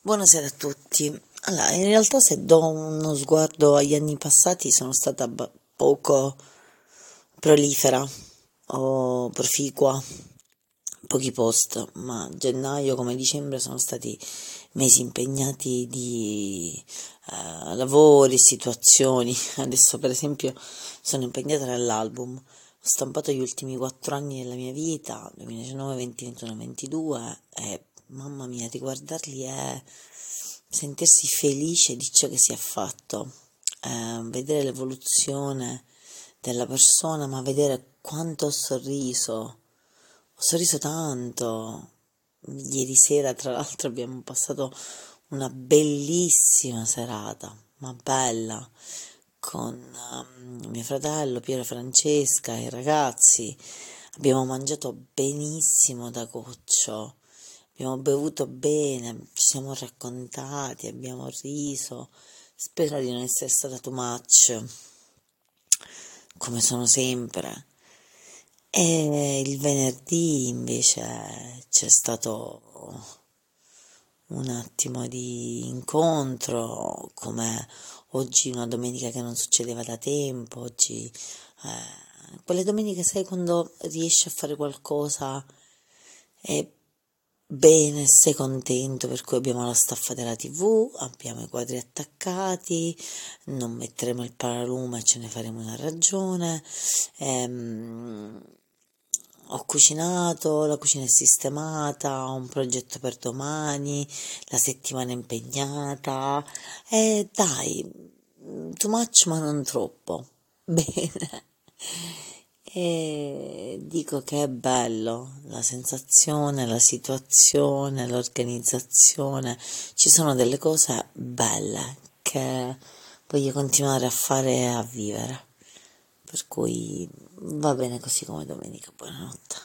Buonasera a tutti. Allora, in realtà se do uno sguardo agli anni passati sono stata poco prolifera o proficua, pochi post, ma gennaio come dicembre sono stati mesi impegnati di lavori e situazioni. Adesso per esempio sono impegnata nell'album. Ho stampato gli ultimi 4 anni della mia vita, 2019, 20, 21, 22, e mamma mia, riguardarli è sentirsi felice di ciò che si è fatto, vedere l'evoluzione della persona, ma vedere quanto ho sorriso tanto. Ieri sera, tra l'altro, abbiamo passato una bellissima serata, ma bella, con mio fratello, Piero e Francesca, e i ragazzi. Abbiamo mangiato benissimo da Coccio, abbiamo bevuto bene, ci siamo raccontati, abbiamo riso. Spero di non essere stata too much, come sono sempre. E il venerdì invece c'è stato un attimo di incontro, come oggi, una domenica che non succedeva da tempo. Oggi quelle domeniche, sai, quando riesci a fare qualcosa e bene, sei contento, per cui abbiamo la staffa della TV, abbiamo i quadri attaccati, non metteremo il paralume, ce ne faremo una ragione. Ehm, Ho cucinato, la cucina è sistemata, ho un progetto per domani, la settimana è impegnata, e dai, too much ma non troppo. Bene. E dico che è bello la sensazione, la situazione, l'organizzazione. Ci sono delle cose belle che voglio continuare a fare e a vivere. Per cui va bene così come domenica. Buonanotte.